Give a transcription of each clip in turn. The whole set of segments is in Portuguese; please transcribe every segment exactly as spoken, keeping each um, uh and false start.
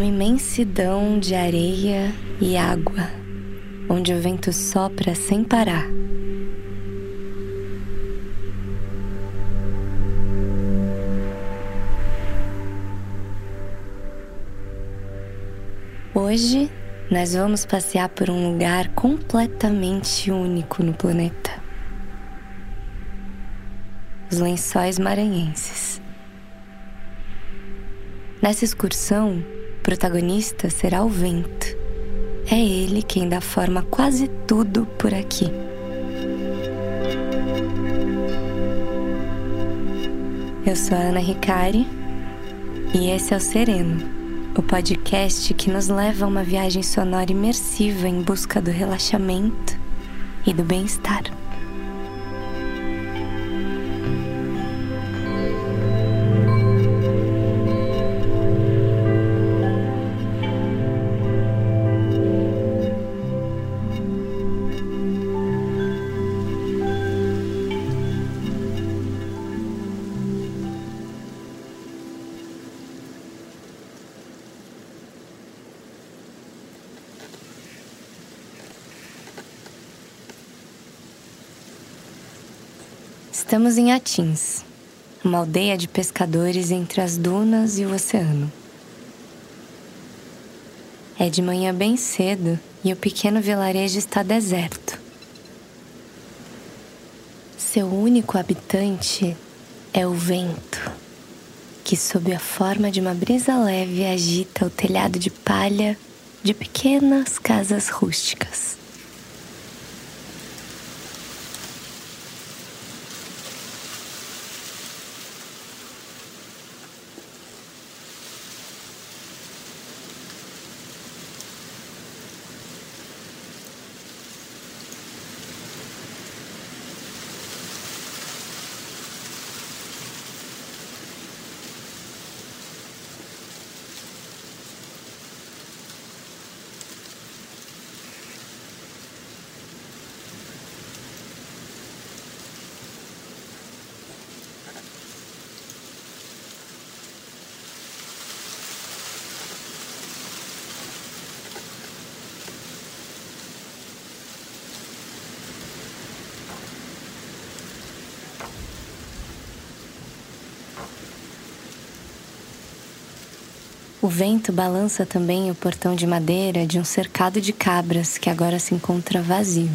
uma imensidão de areia e água, onde o vento sopra sem parar. Hoje, nós vamos passear por um lugar completamente único no planeta. Os Lençóis Maranhenses. Nessa excursão, o protagonista será o vento. É ele quem dá forma a quase tudo por aqui. Eu sou a Ana Ricari e esse é o Sereno, o podcast que nos leva a uma viagem sonora imersiva em busca do relaxamento e do bem-estar. Estamos em Atins, uma aldeia de pescadores entre as dunas e o oceano. É de manhã bem cedo e o pequeno vilarejo está deserto. Seu único habitante é o vento, que sob a forma de uma brisa leve agita o telhado de palha de pequenas casas rústicas. O vento balança também o portão de madeira de um cercado de cabras que agora se encontra vazio.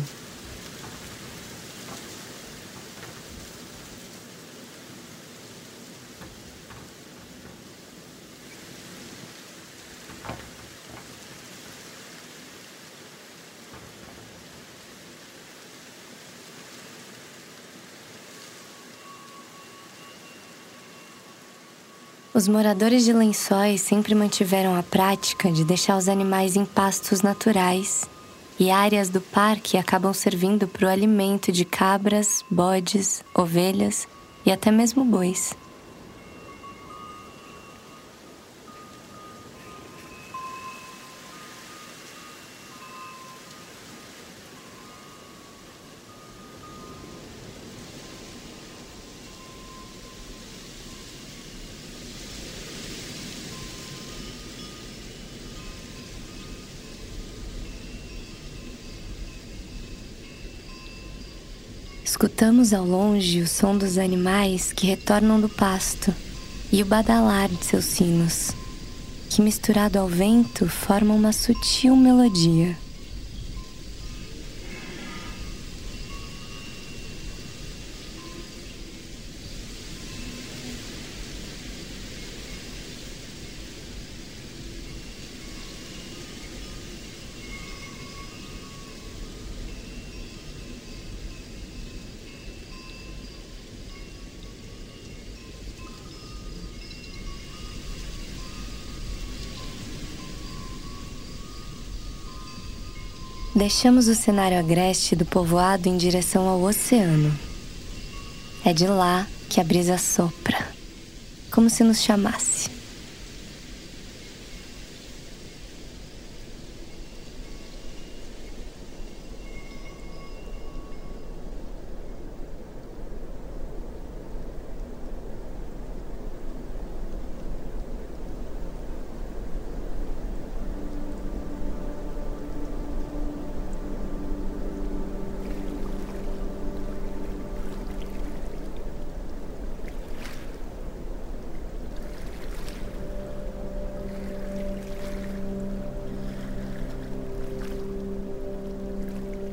Os moradores de Lençóis sempre mantiveram a prática de deixar os animais em pastos naturais, e áreas do parque acabam servindo para o alimento de cabras, bodes, ovelhas e até mesmo bois. Escutamos ao longe o som dos animais que retornam do pasto e o badalar de seus sinos, que misturado ao vento formam uma sutil melodia. Deixamos o cenário agreste do povoado em direção ao oceano. É de lá que a brisa sopra, como se nos chamasse.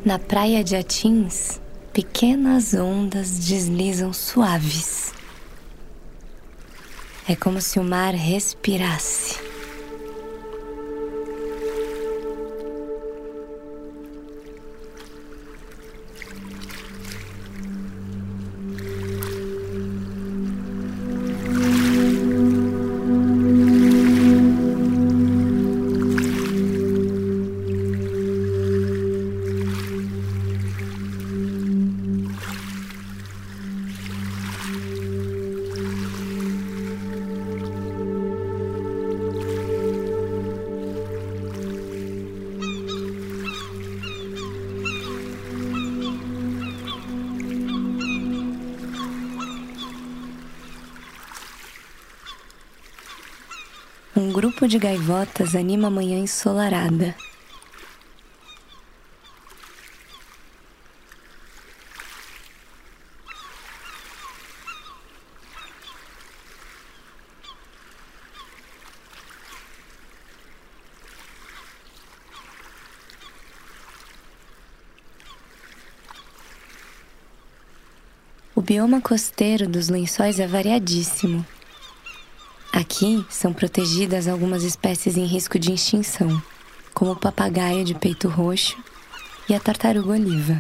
Na praia de Atins, pequenas ondas deslizam suaves. É como se o mar respirasse. Um grupo de gaivotas anima a manhã ensolarada. O bioma costeiro dos Lençóis é variadíssimo. Aqui são protegidas algumas espécies em risco de extinção, como o papagaio de peito roxo e a tartaruga oliva.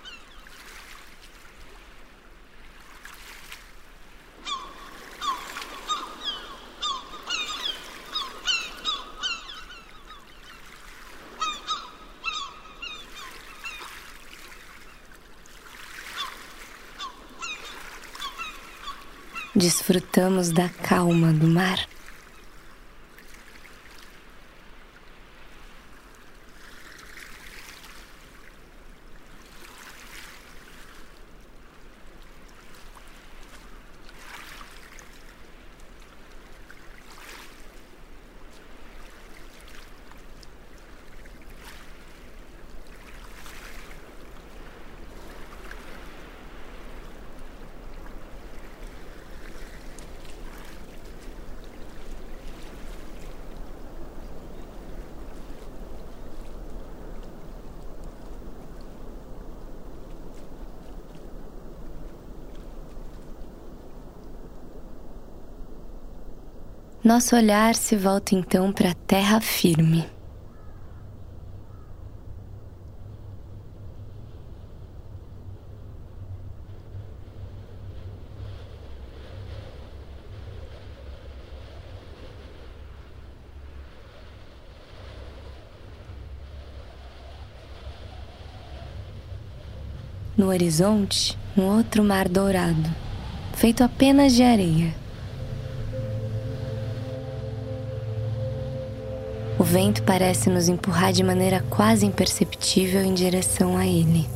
Desfrutamos da calma do mar. Nosso olhar se volta então para a terra firme. No horizonte, um outro mar dourado, feito apenas de areia. O vento parece nos empurrar de maneira quase imperceptível em direção a ele.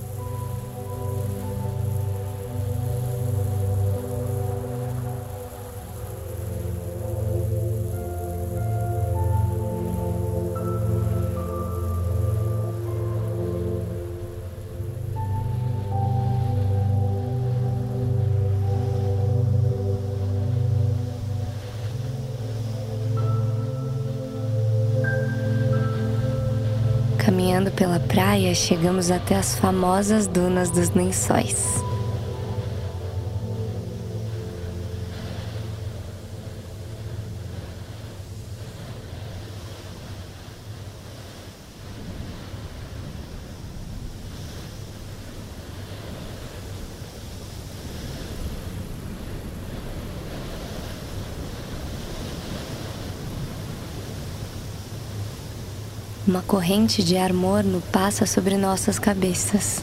Caminhando pela praia, chegamos até as famosas dunas dos Lençóis. Uma corrente de ar morno passa sobre nossas cabeças.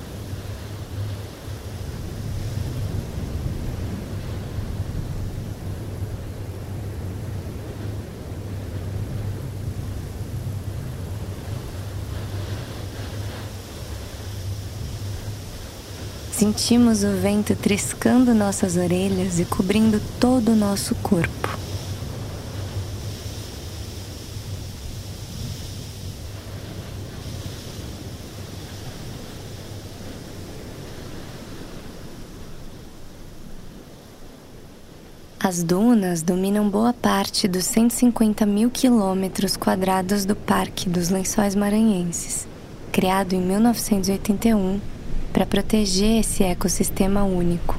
Sentimos o vento triscando nossas orelhas e cobrindo todo o nosso corpo. As dunas dominam boa parte dos cento e cinquenta mil quilômetros quadrados do Parque dos Lençóis Maranhenses criado em mil novecentos e oitenta e um para proteger esse ecossistema único.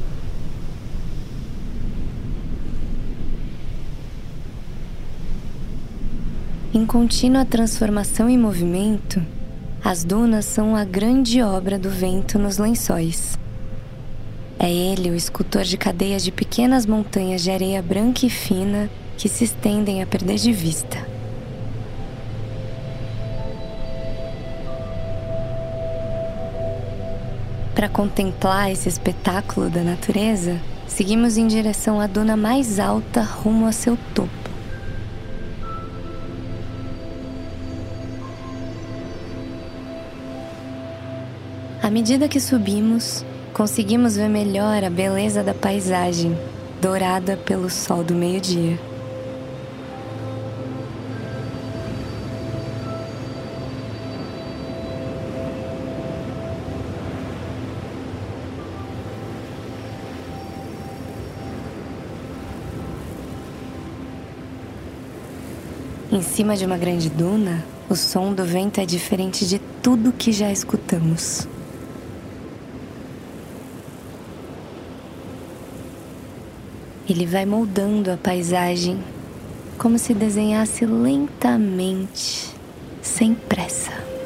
Em contínua transformação e movimento, as dunas são a grande obra do vento nos lençóis. É ele o escultor de cadeias de pequenas montanhas de areia branca e fina que se estendem a perder de vista. Para contemplar esse espetáculo da natureza, seguimos em direção à duna mais alta rumo a seu topo. À medida que subimos, conseguimos ver melhor a beleza da paisagem, dourada pelo sol do meio-dia. Em cima de uma grande duna, o som do vento é diferente de tudo que já escutamos. Ele vai moldando a paisagem, como se desenhasse lentamente, sem pressa.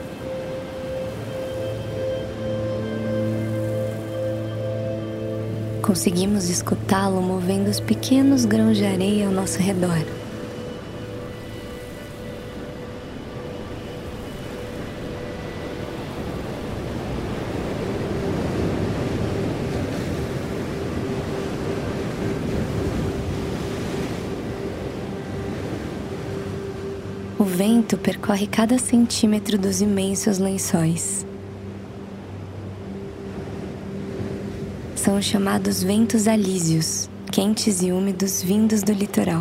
Conseguimos escutá-lo movendo os pequenos grãos de areia ao nosso redor. O vento percorre cada centímetro dos imensos lençóis. São os chamados ventos alísios, quentes e úmidos vindos do litoral.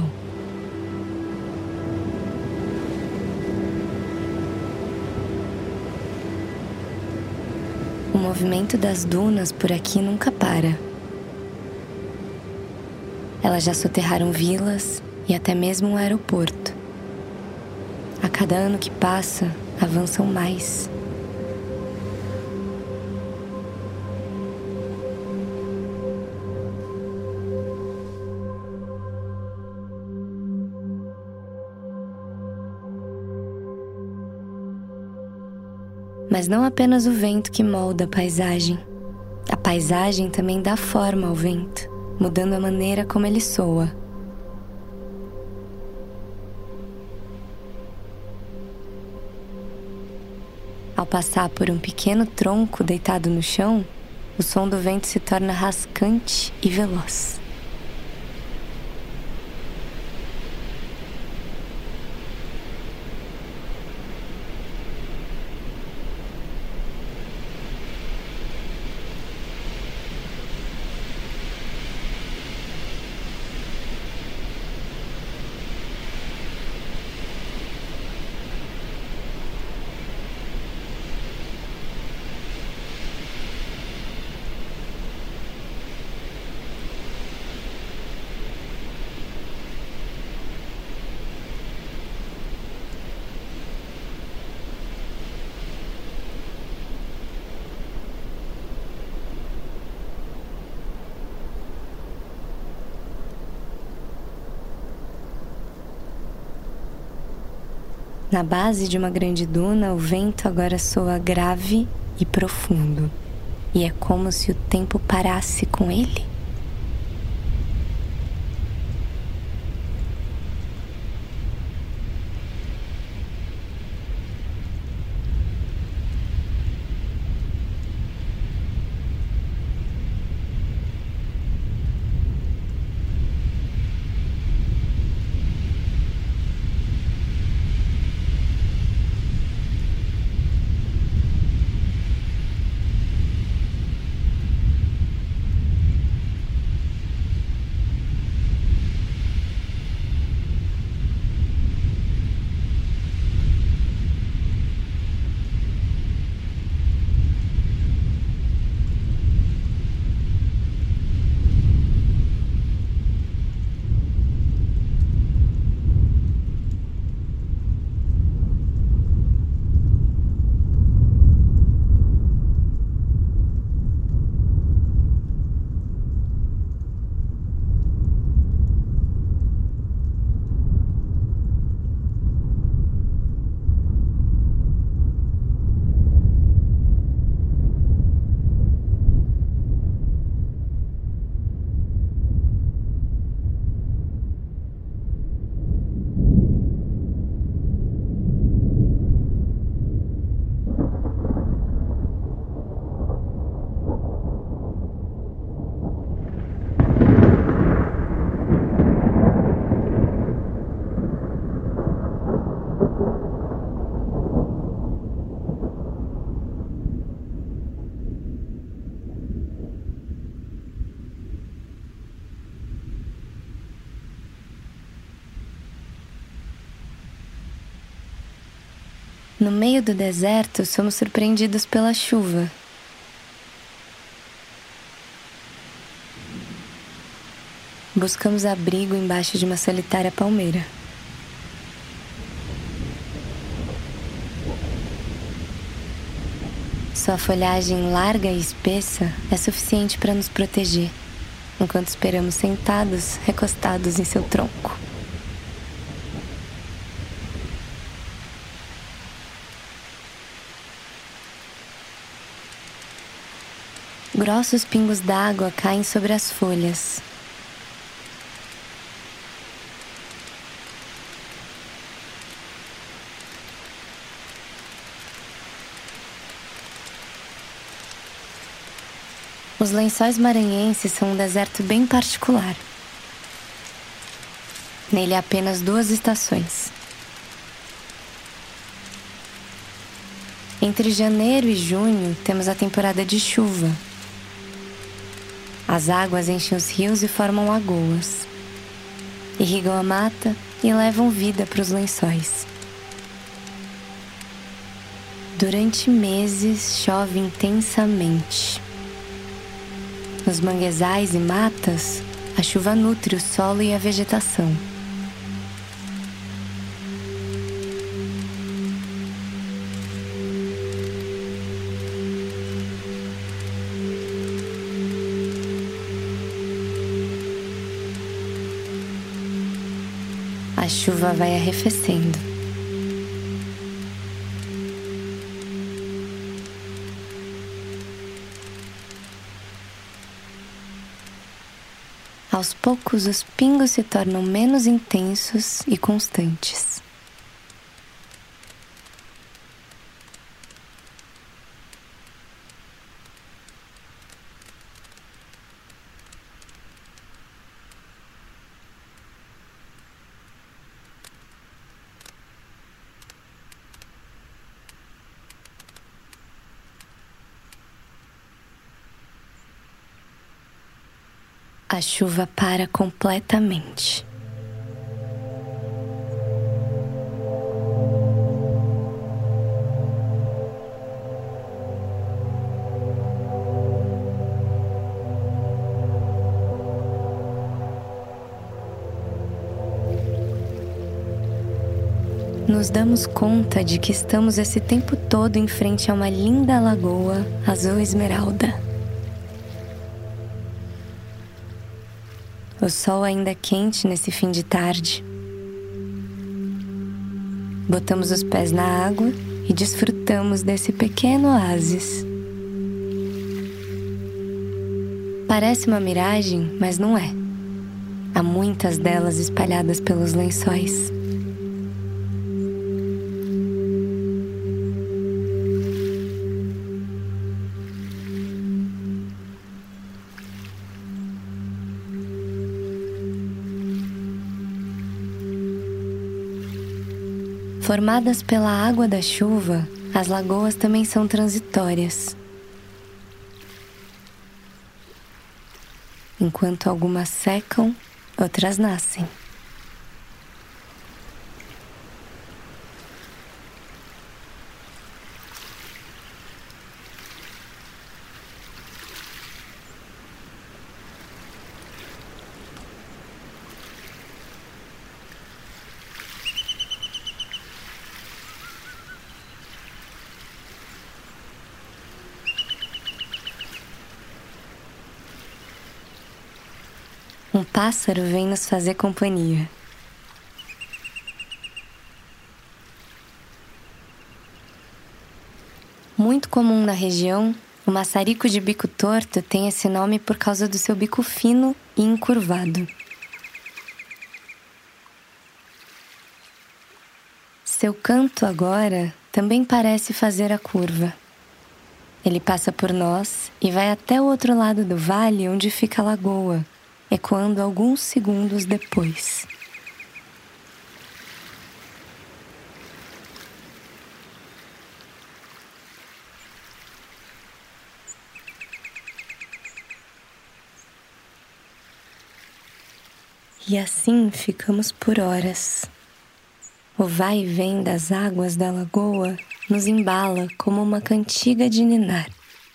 O movimento das dunas por aqui nunca para. Elas já soterraram vilas e até mesmo um aeroporto. A cada ano que passa, avançam mais. Mas não apenas o vento que molda a paisagem. A paisagem também dá forma ao vento, mudando a maneira como ele soa. Ao passar por um pequeno tronco deitado no chão, o som do vento se torna rascante e veloz. Na base de uma grande duna, o vento agora soa grave e profundo, e é como se o tempo parasse com ele. No meio do deserto, somos surpreendidos pela chuva. Buscamos abrigo embaixo de uma solitária palmeira. Sua folhagem larga e espessa é suficiente para nos proteger, enquanto esperamos sentados, recostados em seu tronco. Grossos pingos d'água caem sobre as folhas. Os Lençóis Maranhenses são um deserto bem particular. Nele há apenas duas estações. Entre janeiro e junho temos a temporada de chuva. As águas enchem os rios e formam lagoas. Irrigam a mata e levam vida para os lençóis. Durante meses chove intensamente. Nos manguezais e matas, a chuva nutre o solo e a vegetação. A chuva vai arrefecendo. Aos poucos, os pingos se tornam menos intensos e constantes. A chuva para completamente. Nos damos conta de que estamos esse tempo todo em frente a uma linda lagoa azul esmeralda. O sol ainda é quente nesse fim de tarde. Botamos os pés na água e desfrutamos desse pequeno oásis. Parece uma miragem, mas não é. Há muitas delas espalhadas pelos lençóis. Formadas pela água da chuva, as lagoas também são transitórias. Enquanto algumas secam, outras nascem. Um pássaro vem nos fazer companhia. Muito comum na região, o maçarico de bico torto tem esse nome por causa do seu bico fino e encurvado. Seu canto agora também parece fazer a curva. Ele passa por nós e vai até o outro lado do vale onde fica a lagoa, ecoando alguns segundos depois. E assim ficamos por horas. O vai e vem das águas da lagoa nos embala como uma cantiga de ninar.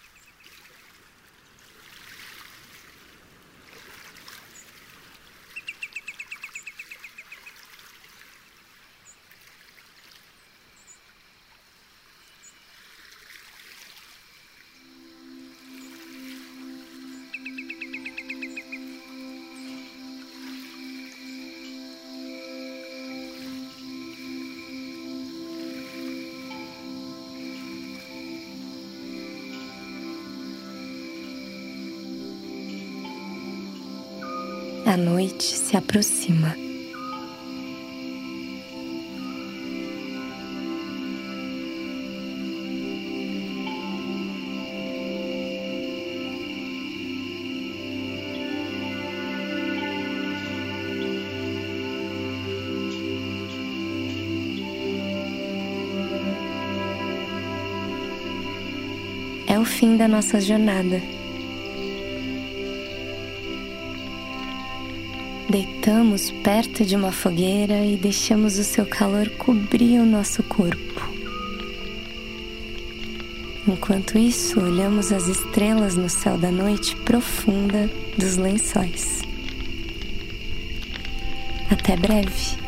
A noite se aproxima. É o fim da nossa jornada. Deitamos perto de uma fogueira e deixamos o seu calor cobrir o nosso corpo. Enquanto isso, olhamos as estrelas no céu da noite profunda dos Lençóis. Até breve!